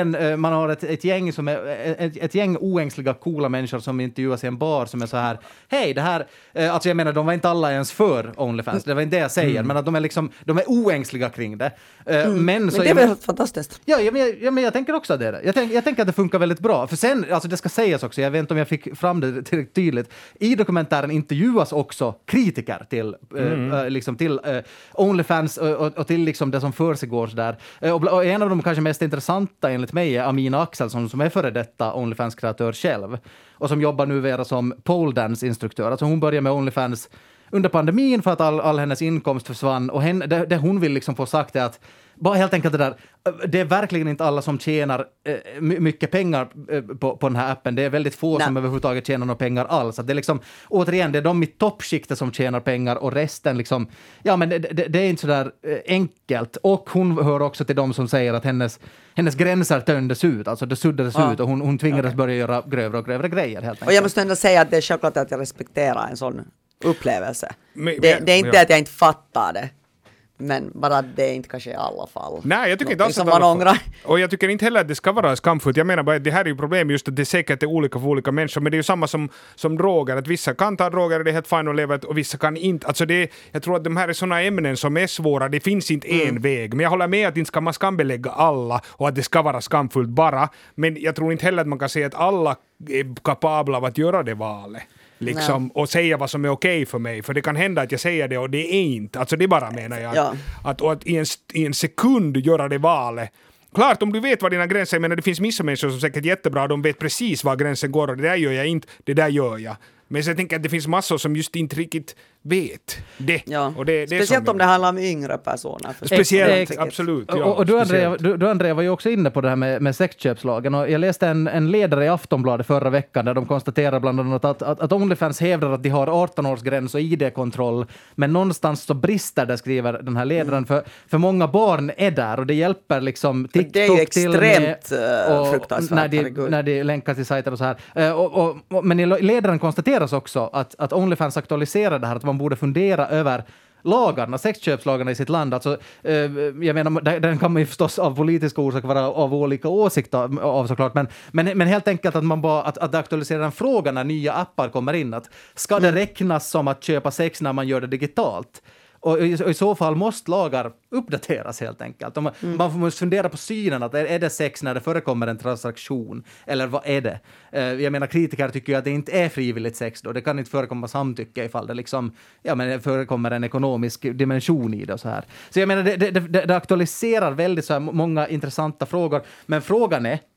har ett gäng som är ett gäng oängsliga, coola människor som intervjuas i en bar som är så här, hej, det här, alltså jag menar, de var inte alla ens för OnlyFans, det var inte det jag säger, men att de är oängsliga kring det. Men det är väl fantastiskt. Ja, men jag tänker också att det är det. Jag tänker att det funkar väldigt bra. För sen, alltså det ska sägas också, jag vet inte om jag fick fram det tillräckligt tydligt. I dokumentären intervjuas också kritiker till, liksom till OnlyFans och till liksom det som försiggår där. Och en av de kanske mest intressanta enligt mig är Amina Axelsson, som är före detta OnlyFans-kreatör själv. Och som jobbar nu som pole dance-instruktör. Alltså hon börjar med OnlyFans under pandemin för att all hennes inkomst försvann. Och det hon vill liksom få sagt är att bara helt enkelt det är verkligen inte alla som tjänar mycket pengar på den här appen. Det är väldigt få som överhuvudtaget tjänar några pengar alls. Att det är liksom, återigen, det är de i toppskiktet som tjänar pengar och resten liksom, ja men det är inte så där enkelt. Och hon hör också till de som säger att hennes gränser tömdes ut, alltså det suddades ut och hon tvingades börja göra grövre och grövre grejer helt enkelt. Och jag måste ändå säga att det är självklart att jag respekterar en sån upplevelse. Det är inte att jag inte fattar det. Men bara det är inte kanske i alla fall. Nej, jag tycker inte alls att och jag tycker inte heller att det ska vara skamfullt. Jag menar bara att det här är ju problem just att det säkert är olika för olika människor, men det är ju samma som droger, att vissa kan ta droger och det är helt fine att leva och vissa kan inte. Alltså jag tror att de här är såna ämnen som är svåra, det finns inte en väg. Men jag håller med att inte ska man skambelägga alla och att det ska vara skamfullt bara, men jag tror inte heller att man kan säga att alla är kapabla av att göra det valet. Liksom, och säga vad som är okej för mig, för det kan hända att jag säger det och det är inte, alltså det bara menar jag att i en sekund göra det valet. Klart, om du vet vad dina gränser är, men det finns vissa människor som säkert jättebra, de vet precis var gränsen går och det där gör jag inte, det där gör jag. Men så jag tänker att det finns massor som just inte riktigt vet det. Ja. Och det speciellt om det handlar om yngre personer. Speciellt, absolut. Ja, och du Andrea var ju också inne på det här med sexköpslagen. Och jag läste en ledare i Aftonbladet förra veckan där de konstaterar bland annat att OnlyFans hävdar att de har 18-årsgräns och ID-kontroll. Men någonstans så brister det, skriver den här ledaren. För många barn är där och det hjälper liksom TikTok det är ju extremt fruktansvärt när de länkar till sajter och så här. Men i ledaren konstateras också att OnlyFans aktualiserar det här, att man borde fundera över lagarna, sexköpslagarna i sitt land. Alltså, jag menar, den kan man ju förstås av politiska orsaker vara av olika åsikter av såklart, men helt enkelt att man bara att aktualisera en fråga när nya appar kommer in, att ska det räknas som att köpa sex när man gör det digitalt? Och i så fall måste lagar uppdateras helt enkelt. Man måste fundera på synen, att är det sex när det förekommer en transaktion? Eller vad är det? Jag menar, kritiker tycker ju att det inte är frivilligt sex då. Det kan inte förekomma samtycke ifall det liksom, ja men det förekommer en ekonomisk dimension i det och så här. Så jag menar, det aktualiserar väldigt så här många intressanta frågor. Men frågan är,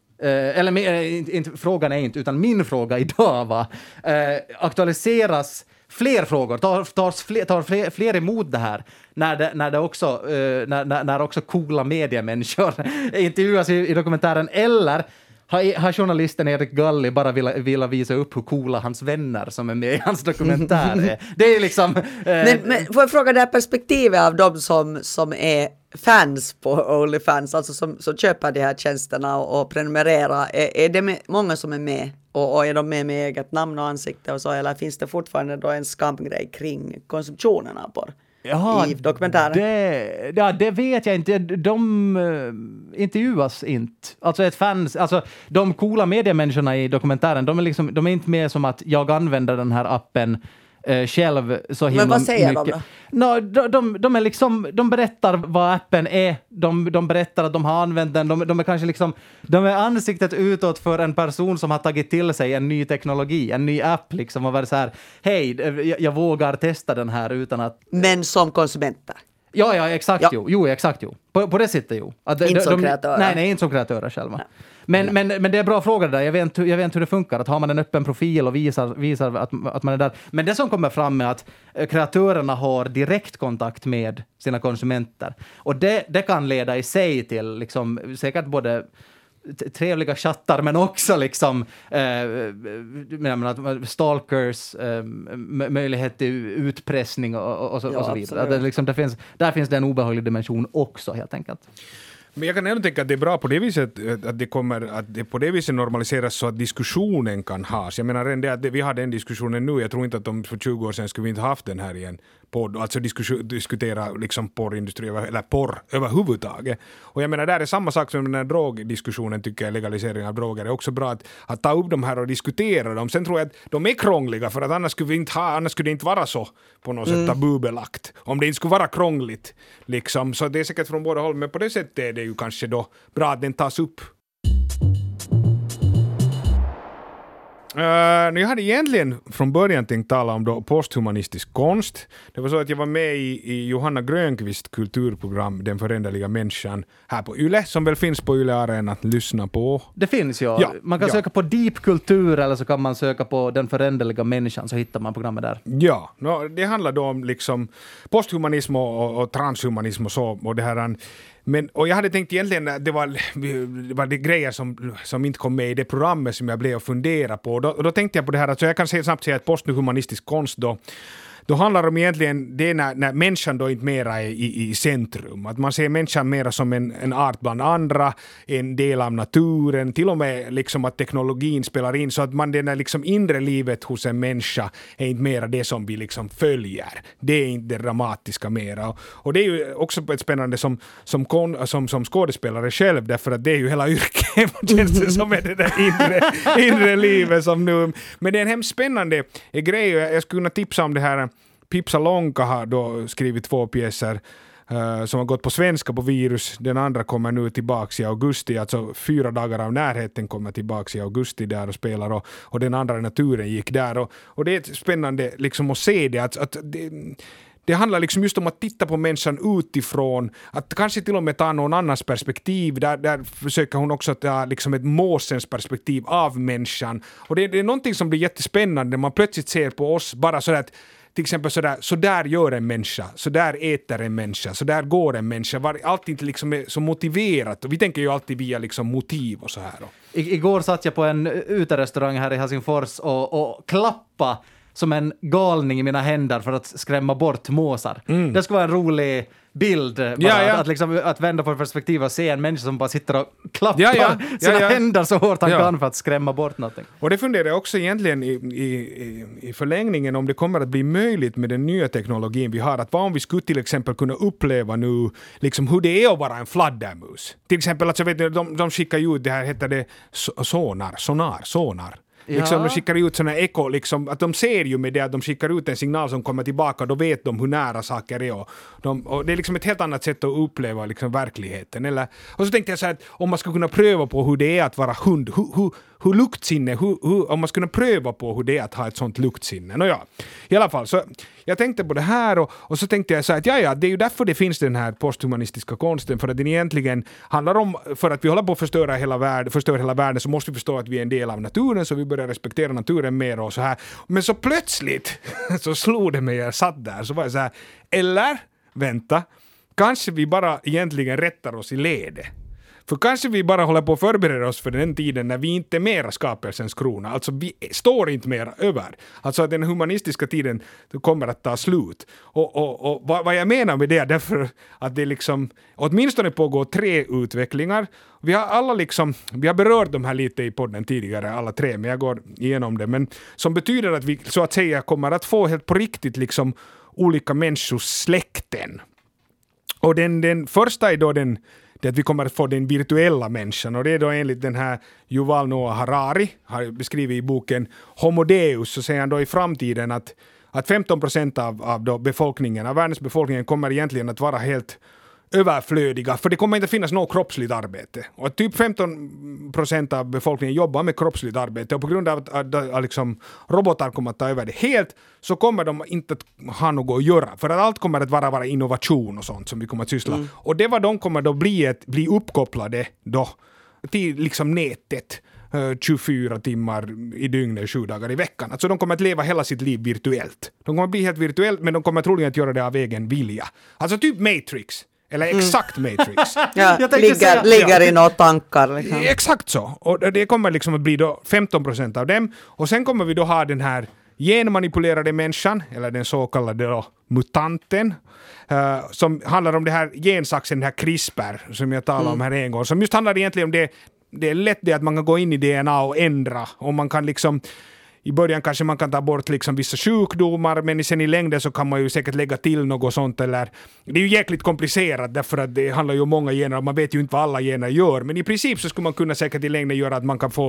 frågan är inte, utan min fråga idag var, aktualiseras fler frågor, tar fler emot det här när också coola mediemänniskor intervjuas i dokumentären, eller har journalisten Erik Galli bara vill visa upp hur coola hans vänner som är med i hans dokumentär är. Det är liksom... Men får jag fråga det här perspektivet av de som är fans på OnlyFans, alltså som köper de här tjänsterna och prenumererar. Är det många som är med? Och är de med eget namn och ansikte och så, eller finns det fortfarande då en skamgrej kring konsumtionerna på i dokumentären? Det vet jag inte. De intervjuas inte. Alltså de coola mediemänniskorna i dokumentären, de är inte med som att jag använder den här appen själv så himla mycket. Men vad säger de då? De är liksom, de berättar vad appen är, de berättar att de har använt den, de är kanske liksom, de är ansiktet utåt för en person som har tagit till sig en ny teknologi, en ny app liksom, och varit så här, hej, jag vågar testa den här utan att... Men som konsumenter? Ja, exakt, ja. Jo, exakt, jo. På det sättet, jo. Inte som kreatörer. Nej, inte som kreatörer själva. Nej. Men det är bra fråga där. Jag vet hur det funkar. Att har man en öppen profil och visar att man är där. Men det som kommer fram är att kreatörerna har direktkontakt med sina konsumenter. Och det kan leda i sig till liksom, säkert både trevliga chattar, men också liksom stalkers, möjlighet till utpressning och så vidare. Där finns det en obehaglig dimension också, helt enkelt. Men jag kan ändå tänka att det är bra på det viset att det på det viset normaliseras så att diskussionen kan has. Jag menar redan det att vi har den diskussionen nu. Jag tror inte att för 20 år sedan skulle vi inte haft den här igen. Alltså diskutera liksom porrindustri eller porr överhuvudtaget. Och jag menar där är samma sak som den här drogdiskussionen, tycker jag, legalisering av droger är också bra att ta upp de här och diskutera dem. Sen tror jag att de är krångliga, för att annars skulle det inte vara så på något sätt tabubelagt. Om det inte skulle vara krångligt liksom. Så det är säkert från båda håll, men på det sättet är det ju kanske då bra att den tas upp. Jag hade egentligen från början tänkt tala om då posthumanistisk konst. Det var så att jag var med i Johanna Grönqvist kulturprogram Den föränderliga människan här på Yle, som väl finns på Yle Arena att lyssna på. Det finns ju. Ja, man kan söka på Deep Kultur eller så kan man söka på Den föränderliga människan, så hittar man programmet där. Ja, det handlar då om liksom posthumanism och transhumanism och så, och det här. Och jag hade tänkt egentligen att det var det grejer som inte kom med i det programmet som jag blev att fundera på. Då tänkte jag på det här, att så jag kan snabbt säga att posthumanistisk konst då handlar det om egentligen det när människan då inte mera är i centrum. Att man ser människan mera som en art bland andra, en del av naturen, till och med liksom att teknologin spelar in, så att man det liksom inre livet hos en människa är inte mera det som vi liksom följer. Det är inte det dramatiska mera. Och det är ju också ett spännande som skådespelare själv, därför att det är ju hela yrket som är det där inre livet som nu. Men det är en hemskt spännande grej. Jag skulle kunna tipsa om det här. Pipsa Lonka har då skrivit 2 pjäser som har gått på svenska på Virus. Den andra kommer nu tillbaka i augusti, alltså 4 dagar av närheten kommer tillbaka i augusti där och spelar, och den andra Naturen gick där. Och det är spännande liksom att se det, att det handlar liksom just om att titta på människan utifrån, att kanske till och med ta någon annans perspektiv. Där försöker hon också ta liksom ett måsens perspektiv av människan. Och det är någonting som blir jättespännande när man plötsligt ser på oss bara så att till exempel så där gör en människa, så där äter en människa, så där går en människa. Allt inte liksom är så motiverat. Och vi tänker ju alltid via liksom motiv och så här. Igår satt jag på en uterestaurang här i Helsingfors och klappa som en galning i mina händer för att skrämma bort måsar. Det ska vara en rolig bild. Att vända på perspektiv och se en människa som bara sitter och klappar sina händer så hårt han kan för att skrämma bort någonting. Och det funderar jag också egentligen i förlängningen om det kommer att bli möjligt med den nya teknologin vi har. Att vad om vi skulle till exempel kunna uppleva nu liksom hur det är att vara en fladdermus. Till exempel, alltså, vet ni, de skickar ju ut det här, heter det sonar. Liksom de skickar ut såna eko, liksom, att de ser ju med det att de skickar ut en signal som kommer tillbaka, då vet de hur nära saker är, och det är liksom ett helt annat sätt att uppleva liksom verkligheten. Och så tänkte jag så här, att om man ska kunna pröva på hur det är att vara hund, hur luktsinne, om man ska kunna pröva på hur det är att ha ett sånt luktsinne. I alla fall, så jag tänkte på det här och så tänkte jag så här att det är ju därför det finns den här posthumanistiska konsten, för att den egentligen handlar om, för att vi håller på att förstöra hela världen, så måste vi förstå att vi är en del av naturen, så vi börjar respektera naturen mer och så här. Men så plötsligt så slog det mig, jag satt där, så var jag så här, eller vänta, kanske vi bara egentligen rättar oss i ledet. För kanske vi bara håller på att förbereda oss för den tiden när vi inte är mera skapelsens krona. Alltså vi står inte mera över. Alltså den humanistiska tiden kommer att ta slut. Och vad jag menar med det är därför att det liksom åtminstone pågår 3 utvecklingar. Vi har berört de här lite i podden tidigare, alla 3, men jag går igenom det. Men som betyder att vi så att säga kommer att få helt på riktigt liksom olika människors släkten. Och den första är då det att vi kommer att få den virtuella människan, och det är då enligt den här Yuval Noah Harari har beskrivit i boken Homo Deus, så säger han då i framtiden att 15% av då befolkningen, av världens befolkningen, kommer egentligen att vara helt överflödiga, för det kommer inte finnas något kroppsligt arbete. Och att typ 15% av befolkningen jobbar med kroppsligt arbete, och på grund av att liksom robotar kommer att ta över det helt, så kommer de inte att ha något att göra. För att allt kommer att vara innovation och sånt som vi kommer att syssla. Och det var de kommer då bli uppkopplade då till liksom nätet 24 timmar i dygnet, 7 dagar i veckan. Alltså de kommer att leva hela sitt liv virtuellt. De kommer att bli helt virtuellt, men de kommer troligen att göra det av egen vilja. Alltså typ Matrix. Eller exakt Matrix. Ja, ligger i några tankar. Liksom. Exakt så. Och det kommer liksom att bli då 15% av dem. Och sen kommer vi då ha den här genmanipulerade människan, eller den så kallade då mutanten, som handlar om det här gensaxen, det här CRISPR, som jag talade om här en gång. Som just handlar egentligen om det är lätt det att man kan gå in i DNA och ändra. Och man kan liksom, i början kanske man kan ta bort liksom vissa sjukdomar, men sen i längden så kan man ju säkert lägga till något sånt. Eller, det är ju jäkligt komplicerat därför att det handlar ju om många gener och man vet ju inte vad alla gener gör. Men i princip så skulle man kunna säkert i längden göra att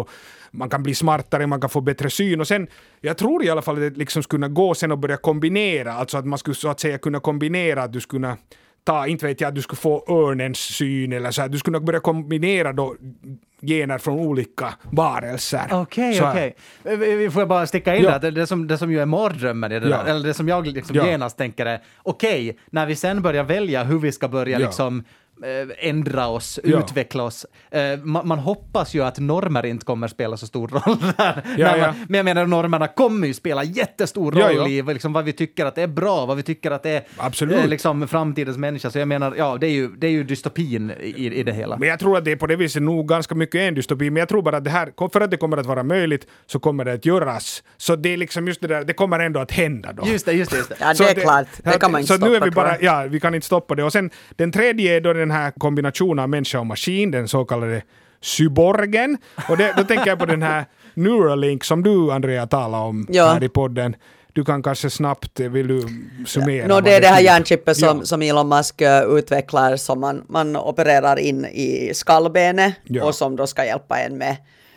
man kan bli smartare, man kan få bättre syn. Och sen, jag tror i alla fall att det liksom skulle gå sen och börja kombinera. Alltså att man skulle så att säga kunna kombinera, att du skulle inte vet jag, att du skulle få örnens syn eller så här. Du skulle börja kombinera då gener från olika varelser. Okej. Vi får bara sticka in där. Det som ju är mardrömmen i det där, eller det som jag liksom genast tänker är när vi sen börjar välja hur vi ska börja liksom ändra oss, utveckla oss. Man hoppas ju att normer inte kommer spela så stor roll där. Men jag menar, normerna kommer ju spela jättestor roll i liksom, vad vi tycker att det är bra, vad vi tycker att det är liksom, framtidens människa. Så jag menar, det är ju dystopin i det hela. Men jag tror att det är på det viset nog ganska mycket en dystopi, men jag tror bara att det här, för att det kommer att vara möjligt så kommer det att göras. Så det är liksom just det där, det kommer ändå att hända då. Just det. Ja, det är klart. Det kan man inte stoppa. Så nu är vi bara, vi kan inte stoppa det. Och sen den tredje är då den här kombinationen av människa och maskin, den så kallade cyborgen. Och då tänker jag på den här Neuralink som du, Andrea, talade om här i podden. Du kan kanske snabbt, vill du summera? Det är det här hjärnchippet som Elon Musk utvecklar, som man opererar in i skallbenet och som då ska hjälpa en med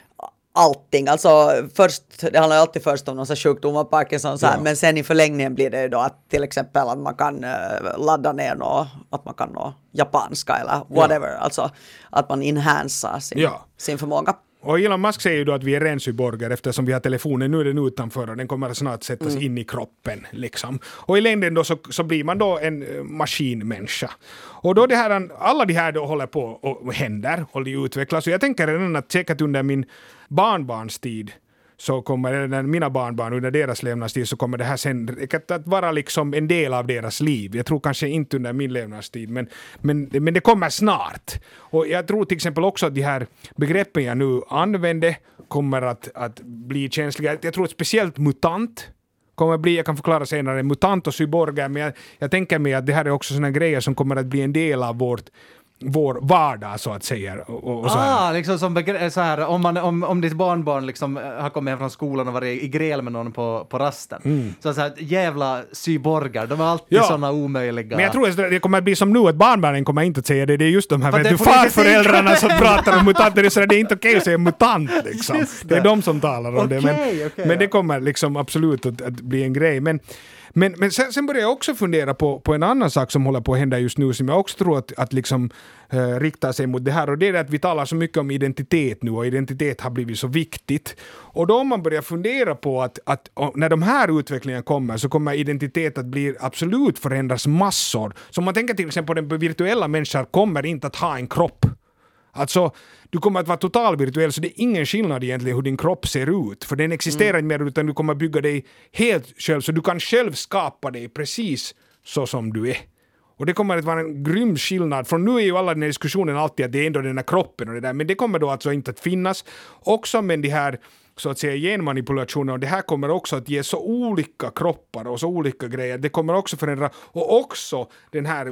allting. Alltså det handlar alltid först om någon sjukdom av Parkinson, men sen i förlängningen blir det då att till exempel att man kan ladda ner att man kan nå japanska eller whatever. Alltså att man enhansar sin förmåga. Och Elon Musk säger ju då att vi är ren cyborger eftersom vi har telefonen, nu är den utanför och den kommer snart sättas in i kroppen. Liksom. Och i längden då så blir man då en maskinmänniska. Och då alla de här då håller på och händer och de utvecklas. Så jag tänker redan att säkert under min barnbarnstid så kommer mina barnbarn under deras levnadstid så kommer det här sen att vara liksom en del av deras liv. Jag tror kanske inte under min levnadstid, men det kommer snart. Och jag tror till exempel också att de här begreppen jag nu använder kommer att bli känsliga. Jag tror att speciellt mutant kommer bli, jag kan förklara senare, mutant och cyborger, men jag tänker mig att det här är också såna grejer som kommer att bli en del av vår vardag så att säga. Och så här. Liksom som så här, om ditt barnbarn liksom har kommit hem från skolan och varit i gräl med någon på rasten. Så här, jävla cyborgar, de är alltid såna omöjliga. Men jag tror att det kommer att bli som nu, att barnbarnen kommer inte att säga det. Det är just de här farföräldrarna som pratar om mutanter. Så det är inte okej att säga mutant liksom. Det är de som talar om det. Men det kommer liksom absolut att bli en grej. Men sen börjar jag också fundera på en annan sak som håller på att hända just nu, som jag också tror att liksom riktar sig mot det här, och det är att vi talar så mycket om identitet nu, och identitet har blivit så viktigt. Och då om man börjar fundera på att när de här utvecklingarna kommer så kommer identitet att bli absolut förändras massor. Så om man tänker till exempel på den virtuella människan kommer inte att ha en kropp. Alltså, du kommer att vara total virtuell, så det är ingen skillnad egentligen hur din kropp ser ut. För den existerar inte mer, utan du kommer bygga dig helt själv. Så du kan själv skapa dig precis så som du är. Och det kommer att vara en grym skillnad. Från nu är ju alla den här diskussionen alltid att det är ändå den här kroppen och det där. Men det kommer då alltså inte att finnas. Också med de här så att säga genmanipulationer, och det här kommer också att ge så olika kroppar och så olika grejer. Det kommer också förändra, och också den här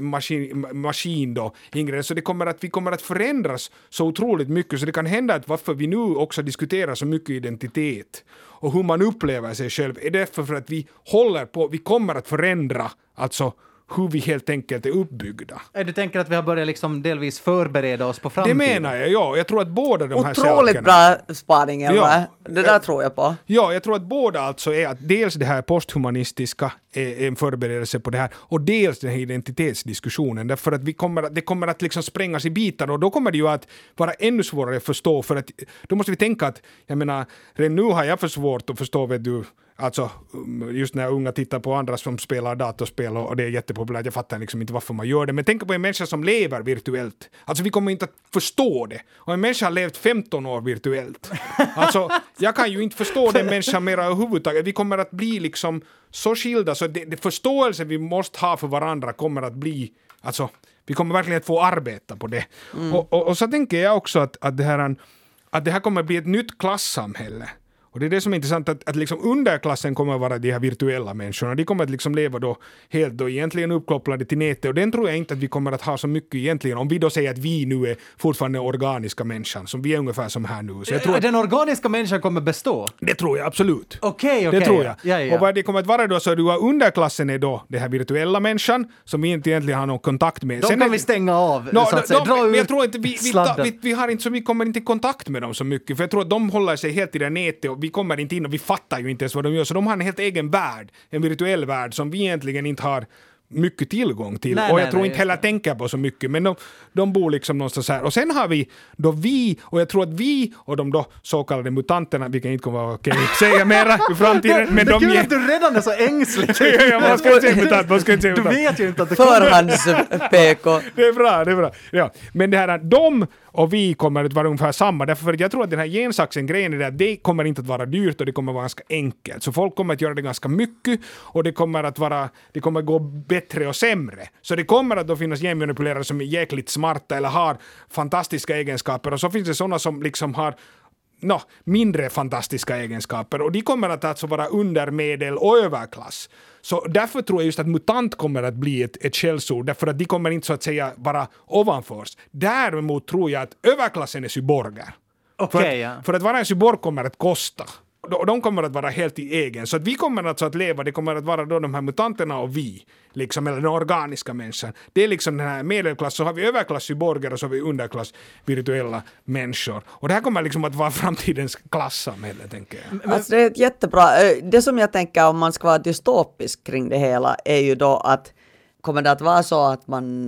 maskin då, Ingrid, så vi kommer att förändras så otroligt mycket, så det kan hända att varför vi nu också diskuterar så mycket identitet och hur man upplever sig själv är därför för att vi kommer att förändra alltså hur vi helt enkelt är uppbyggda. Du tänker att vi har börjat liksom delvis förbereda oss på framtiden? Det menar jag, ja. Jag tror att båda de här sakerna... Otroligt bra spaning, Elva. Det där tror jag på. Ja, jag tror att båda alltså är att dels det här posthumanistiska är en förberedelse på det här, och dels den här identitetsdiskussionen, därför att det kommer att liksom sprängas i bitar, och då kommer det ju att vara ännu svårare att förstå, för att då måste vi tänka att, jag menar, redan nu har jag för svårt att förstå, vet du, alltså just när unga tittar på andra som spelar datorspel och det är jättepopulärt, jag fattar liksom inte varför man gör det, men tänk på en människa som lever virtuellt, alltså vi kommer inte att förstå det, och en människa har levt 15 år virtuellt, alltså jag kan ju inte förstå den människan mer överhuvudtaget. Vi kommer att bli liksom så skilda, så det förståelse vi måste ha för varandra kommer att bli, alltså Vi kommer verkligen att få arbeta på det. Och så tänker jag också att det här kommer bli ett nytt klassamhälle. Och det är det som är intressant, att liksom underklassen kommer att vara de här virtuella människorna. De kommer att liksom leva då helt då egentligen uppkopplade till nätet. Och den tror jag inte att vi kommer att ha så mycket egentligen. Om vi då säger att vi nu är fortfarande organiska människan, som vi är ungefär som här nu. Så jag tror den organiska människan kommer bestå? Det tror jag absolut. Okej. Det tror jag. Ja. Och vad det kommer att vara då, så du har underklassen är då det här virtuella människan som vi inte egentligen har någon kontakt med. Sen kan vi stänga av, så att säga. Men jag tror inte, vi har inte så mycket, kommer inte i kontakt med dem så mycket. För jag tror att de håller sig helt i det nätet och vi kommer inte in och vi fattar ju inte ens vad de gör. Så de har en helt egen värld, en virtuell värld som vi egentligen inte har mycket tillgång till. Och jag tror inte heller tänker på så mycket. Men de bor liksom någonstans här. Och sen har vi då och jag tror att vi och de då så kallade mutanterna, vi kan inte komma vara okej säga mera i framtiden. Men det är kul att du redan är så ängslig. Man ska inte säga mutant. Du vet ju inte att det Förhands-PK. Det är bra. Ja. Men det här, de och vi kommer att vara ungefär samma. Därför att jag tror att den här gensaxen-grejen är det att det kommer inte att vara dyrt och det kommer att vara ganska enkelt. Så folk kommer att göra det ganska mycket och det kommer att gå bättre och sämre. Så det kommer att då finnas genmanipulerare som är jäkligt smarta eller har fantastiska egenskaper och så finns det sådana som liksom har mindre fantastiska egenskaper och de kommer att alltså vara under medel och överklass. Så därför tror jag just att mutant kommer att bli ett källsord, därför att de kommer inte så att säga vara ovanför oss. Däremot tror jag att överklassen är cyborger. För att vara en cyborg kommer att kosta. Och de kommer att vara helt i egen. Så att vi kommer alltså att leva, det kommer att vara då de här mutanterna och vi, liksom, eller den organiska människan. Det är liksom den här medelklass, så har vi överklass cyborger och så har vi underklass virtuella människor. Och det här kommer liksom att vara framtidens klassamhälle, tänker jag. Alltså det är jättebra. Det som jag tänker om man ska vara dystopisk kring det hela är ju då att kommer det att vara så att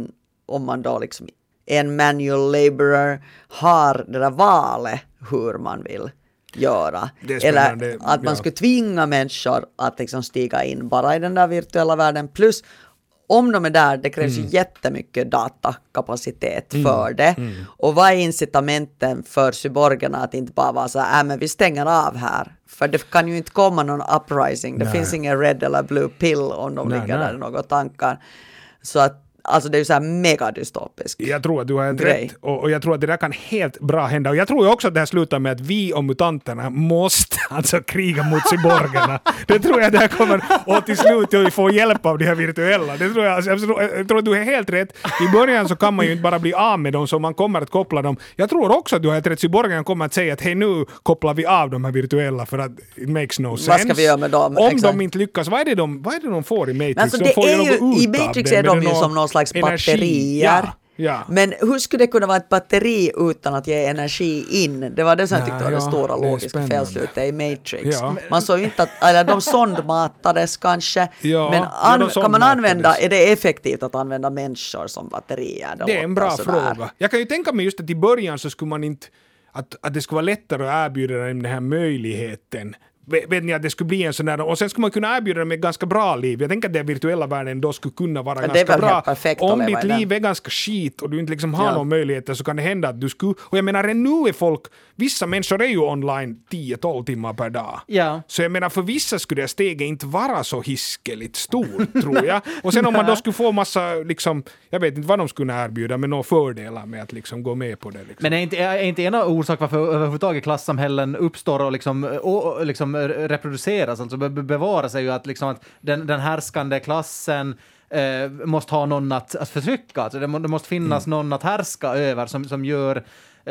om man då liksom en manual laborer har det där valet hur man vill göra. Eller att man skulle tvinga människor att liksom stiga in bara i den där virtuella världen. Plus om de är där, det krävs ju jättemycket datakapacitet för det. Och vad är incitamenten för cyborgerna att inte bara vara så här, men vi stänger av här. För det kan ju inte komma någon uprising. Det finns ingen red eller blue pill om de ligger där i några tankar. Så att alltså det är ju så här mega dystopiskt. Jag tror att du har helt rätt. Och jag tror att det där kan helt bra hända. Och jag tror också att det här slutar med att vi och mutanterna måste alltså kriga mot cyborgerna. Det tror jag det här kommer. Och till slut vi får hjälp av de här virtuella. Det tror jag tror att du är helt rätt. I början så kan man ju inte bara bli av med dem, så man kommer att koppla dem. Jag tror också att du har helt rätt. Cyborgerna kommer att säga att hej, nu kopplar vi av de här virtuella för att it makes no sense. Vad ska vi göra med dem? Om de inte lyckas, vad är det de får i Matrix? Alltså, det är ju, i Matrix är de ju som någon slags batterier. Ja. Men hur skulle det kunna vara ett batteri utan att ge energi in? Det var det som jag tyckte var det stora logiska felslutet i Matrix. Ja. Man såg inte att, eller de sondmatades kanske, men kan man använda, är det effektivt att använda människor som batterier? Det är en bra fråga. Jag kan ju tänka mig just att i början så skulle man inte, att det skulle vara lättare att erbjuda dem den här möjligheten. Vet ni att det skulle bli en sån där, och sen skulle man kunna erbjuda dem ett ganska bra liv. Jag tänker att den virtuella världen då skulle kunna vara ganska bra. Om ditt liv är ganska skit och du inte liksom har någon möjlighet, så kan det hända att du skulle, och jag menar nu är folk, vissa människor är ju online 10-12 timmar per dag. Ja. Så jag menar för vissa skulle det steget inte vara så hiskeligt stor, tror jag. Och sen om man då skulle få massa liksom, jag vet inte vad de skulle erbjuda, men några fördelar med att liksom gå med på det. Liksom. Men är inte en orsak varför överhuvudtaget klassamhällen uppstår och liksom reproduceras, alltså bevara sig ju att, liksom, att den härskande klassen måste ha någon att förtrycka. Alltså det måste finnas någon att härska över som gör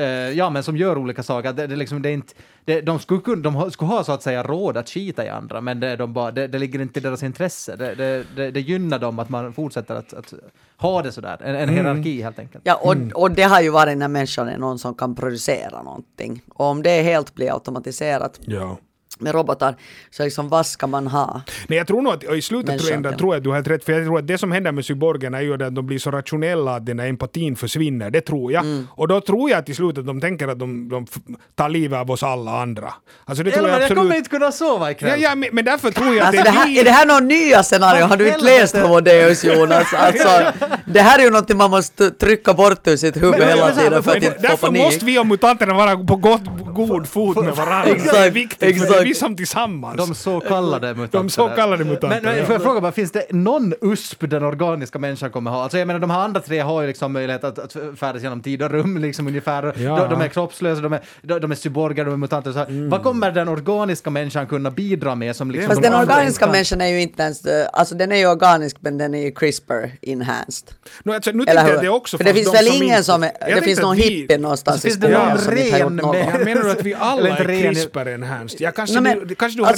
som gör olika saker. De skulle ha så att säga råd att skita i andra, men det ligger inte i deras intresse. Det gynnar dem att man fortsätter att ha det sådär. En hierarki helt enkelt. Ja, och det har ju varit när människan är någon som kan producera någonting. Och om det helt blir automatiserat med robotar, så liksom, vad ska man ha? Nej, jag tror nog att i slutet tror jag att du har helt rätt, för jag tror att det som händer med cyborgerna är ju att de blir så rationella att den här empatin försvinner, det tror jag. Och då tror jag att i slutet de tänker att de tar livet av oss alla andra. Alltså det tror jag absolut. Jag kommer inte kunna sova ikväll. Ja, men därför tror jag att alltså, är det här någon nya scenario? Har du inte läst Homodeus, Jonas? Alltså, det här är ju något man måste trycka bort ur sitt huvud hela tiden för att inte få panik. Därför måste vi och mutanterna vara på god fot med varandra. Exakt. Vi som tillsammans. De så kallade mutanter. De så kallade mutanter. Men får jag fråga bara, finns det någon USP den organiska människan kommer ha? Alltså jag menar, de här andra tre har ju liksom möjlighet att färdas genom tid och rum liksom ungefär. Ja. De är kroppslösa, de är cyborger, de är mutanter. Så här. Vad kommer den organiska människan kunna bidra med som liksom... Fast den organiska människan är ju inte ens, alltså den är ju organisk men den är ju CRISPR-enhanced. Nu tänkte jag det också. För det finns väl ingen som, det finns någon hippie någonstans i skolan som inte har gjort något. Jag menar att vi alla är CRISPR-enhanced. Kanske du har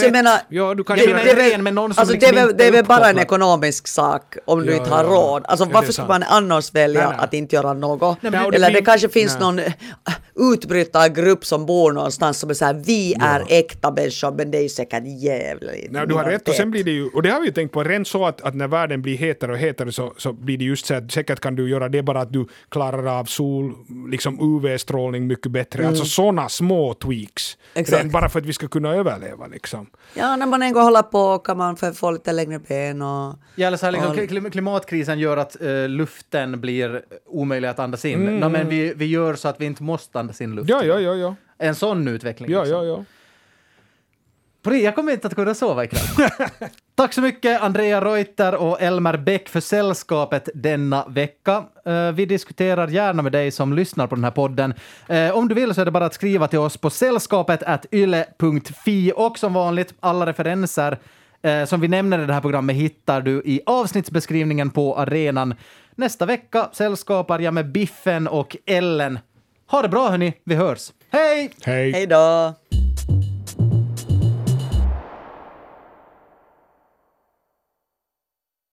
rätt. Det är väl bara en ekonomisk sak om du inte har råd. Alltså varför ska man annars välja att inte göra något? Eller det kanske finns någon utbrytargrupp som bor någonstans som är så här, vi är äkta människor men det är säkert jävligt. Nej, du har rätt, och sen blir det ju, och det har vi ju tänkt på rent så att när världen blir hetare och hetare så blir det just så att säkert kan du göra det bara att du klarar av sol, liksom UV-strålning mycket bättre. Alltså sådana små tweaks. Bara för att vi ska kunna överleva liksom. Ja, när man en gång håller på kan man få lite längre ben och... Ja, eller så här, liksom, klimatkrisen gör att luften blir omöjlig att andas in. Men vi gör så att vi inte måste andas in luft. Ja. En sån utveckling. Ja. Jag kommer inte att kunna sova ikväll. Tack så mycket Andrea Reuter och Elmer Bäck för sällskapet denna vecka. Vi diskuterar gärna med dig som lyssnar på den här podden. Om du vill så är det bara att skriva till oss på sällskapet@yle.fi, och som vanligt alla referenser som vi nämner i det här programmet hittar du i avsnittsbeskrivningen på arenan. Nästa vecka sällskapar jag med Biffen och Ellen. Ha det bra hörni, vi hörs. Hej! Hej då!